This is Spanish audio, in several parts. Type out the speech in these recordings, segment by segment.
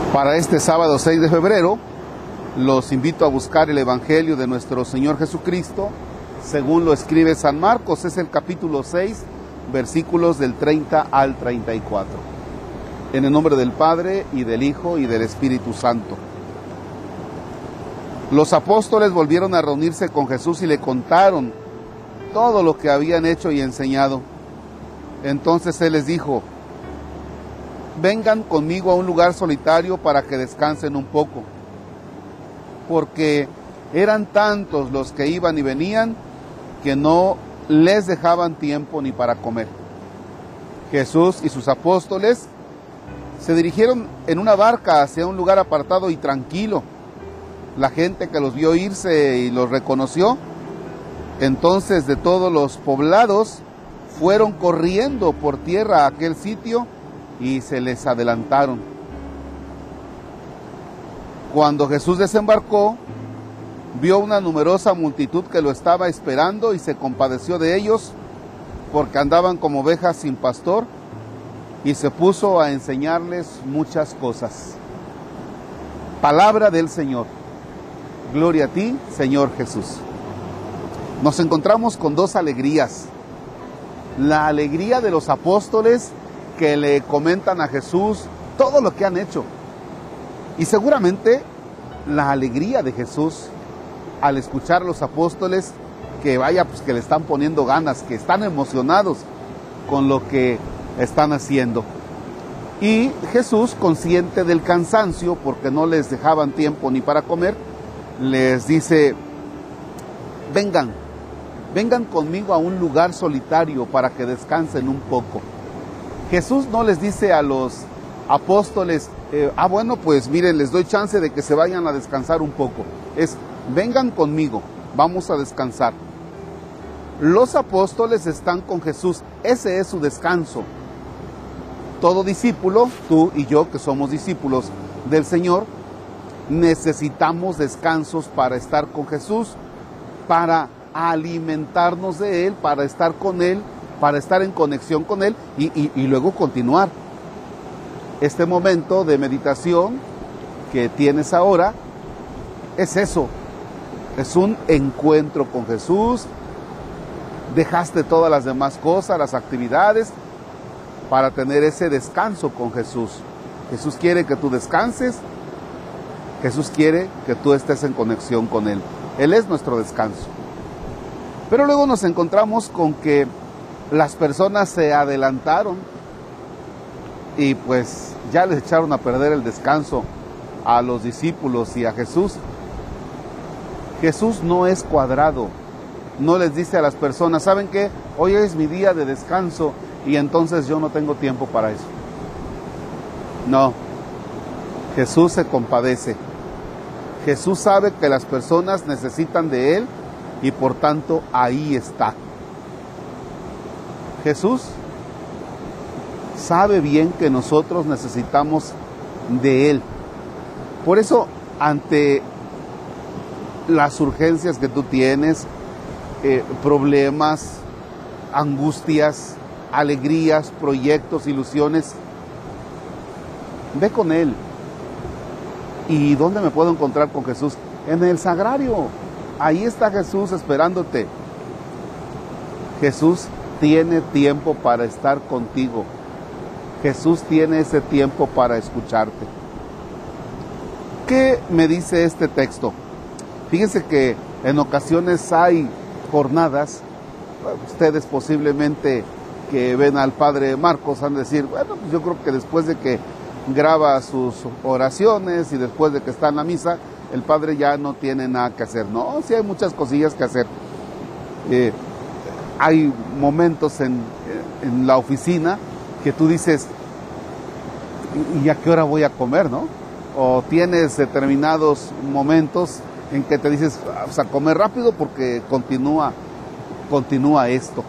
Para este sábado 6 de febrero, los invito a buscar el Evangelio de nuestro Señor Jesucristo, según lo escribe San Marcos. Es el capítulo 6, versículos del 30 al 34. En el nombre del Padre, y del Hijo, y del Espíritu Santo. Los apóstoles volvieron a reunirse con Jesús y le contaron todo lo que habían hecho y enseñado. Entonces Él les dijo: vengan conmigo a un lugar solitario para que descansen un poco, porque eran tantos los que iban y venían que no les dejaban tiempo ni para comer. Jesús y sus apóstoles se dirigieron en una barca hacia un lugar apartado y tranquilo. La gente que los vio irse y los reconoció, entonces de todos los poblados fueron corriendo por tierra a aquel sitio y se les adelantaron. Cuando Jesús desembarcó, vio una numerosa multitud que lo estaba esperando y se compadeció de ellos porque andaban como ovejas sin pastor, y se puso a enseñarles muchas cosas. Palabra del Señor. Gloria a ti, Señor Jesús. Nos encontramos con dos alegrías. La alegría de los apóstoles que le comentan a Jesús todo lo que han hecho. Y seguramente la alegría de Jesús al escuchar a los apóstoles que que le están poniendo ganas, que están emocionados con lo que están haciendo. Y Jesús, consciente del cansancio, porque no les dejaban tiempo ni para comer, les dice: vengan conmigo a un lugar solitario para que descansen un poco. Jesús no les dice a los apóstoles, bueno, pues miren, les doy chance de que se vayan a descansar un poco. Es: vengan conmigo, vamos a descansar. Los apóstoles están con Jesús, ese es su descanso. Todo discípulo, tú y yo que somos discípulos del Señor, necesitamos descansos para estar con Jesús, para alimentarnos de Él, para estar con Él, para estar en conexión con Él y luego continuar. Este momento de meditación que tienes ahora es eso, es un encuentro con Jesús. Dejaste todas las demás cosas, las actividades, para tener ese descanso con Jesús. Jesús quiere que tú descanses, Jesús quiere que tú estés en conexión con Él. Él es nuestro descanso. Pero luego nos encontramos con que las personas se adelantaron y pues ya les echaron a perder el descanso a los discípulos y a Jesús. Jesús no es cuadrado, no les dice a las personas: ¿saben qué? Hoy es mi día de descanso y entonces yo no tengo tiempo para eso. No, Jesús se compadece. Jesús sabe que las personas necesitan de Él y por tanto ahí está. Jesús sabe bien que nosotros necesitamos de Él. Por eso, ante las urgencias que tú tienes, problemas, angustias, alegrías, proyectos, ilusiones, ve con Él. ¿Y dónde me puedo encontrar con Jesús? En el sagrario. Ahí está Jesús esperándote. Jesús tiene tiempo para estar contigo. Jesús tiene ese tiempo para escucharte. ¿Qué me dice este texto? Fíjense que en ocasiones hay jornadas, ustedes posiblemente que ven al padre Marcos han de decir: bueno, pues yo creo que después de que graba sus oraciones y después de que está en la misa, el padre ya no tiene nada que hacer. No, sí hay muchas cosillas que hacer. Hay momentos en la oficina que tú dices: ¿y a qué hora voy a comer, no? O tienes determinados momentos en que te dices: a comer rápido porque continúa esto.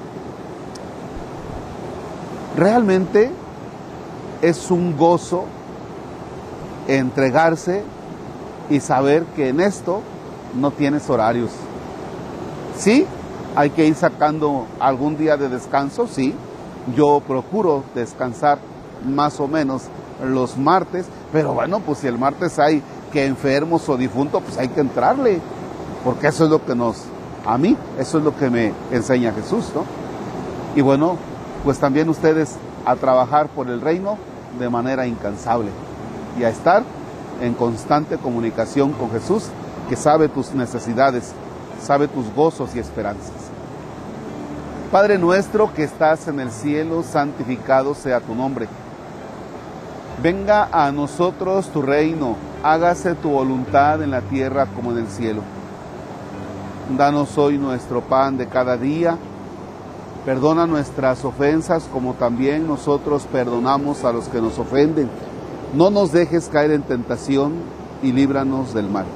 Realmente es un gozo entregarse y saber que en esto no tienes horarios. Sí, hay que ir sacando algún día de descanso, sí. Yo procuro descansar más o menos los martes, pero bueno, pues si el martes hay que enfermos o difuntos, pues hay que entrarle, porque eso es lo que a mí, eso es lo que me enseña Jesús, ¿no? Y bueno, pues también ustedes a trabajar por el reino de manera incansable y a estar en constante comunicación con Jesús, que sabe tus necesidades, sabe tus gozos y esperanzas. Padre nuestro que estás en el cielo, santificado sea tu nombre. Venga a nosotros tu reino, hágase tu voluntad en la tierra como en el cielo. Danos hoy nuestro pan de cada día. Perdona nuestras ofensas como también nosotros perdonamos a los que nos ofenden. No nos dejes caer en tentación y líbranos del mal.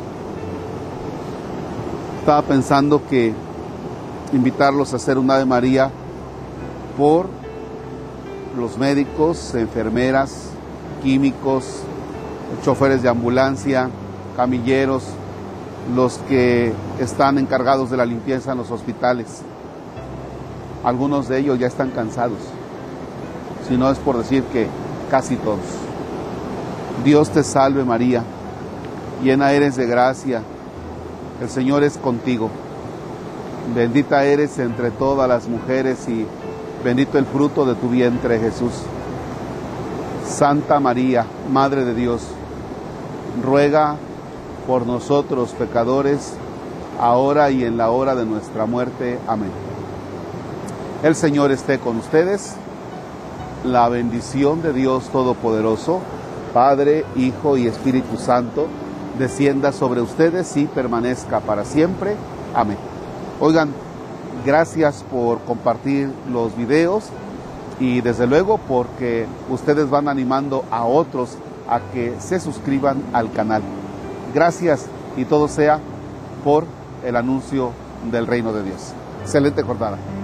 Estaba pensando que invitarlos a hacer un Ave María por los médicos, enfermeras, químicos, choferes de ambulancia, camilleros, los que están encargados de la limpieza en los hospitales. Algunos de ellos ya están cansados, si no es por decir que casi todos. Dios te salve María, llena eres de gracia, el Señor es contigo. Bendita eres entre todas las mujeres y bendito el fruto de tu vientre, Jesús. Santa María, Madre de Dios, ruega por nosotros pecadores, ahora y en la hora de nuestra muerte. Amén. El Señor esté con ustedes. La bendición de Dios Todopoderoso, Padre, Hijo y Espíritu Santo, descienda sobre ustedes y permanezca para siempre. Amén. Oigan, gracias por compartir los videos y desde luego porque ustedes van animando a otros a que se suscriban al canal. Gracias y todo sea por el anuncio del reino de Dios. Excelente jornada.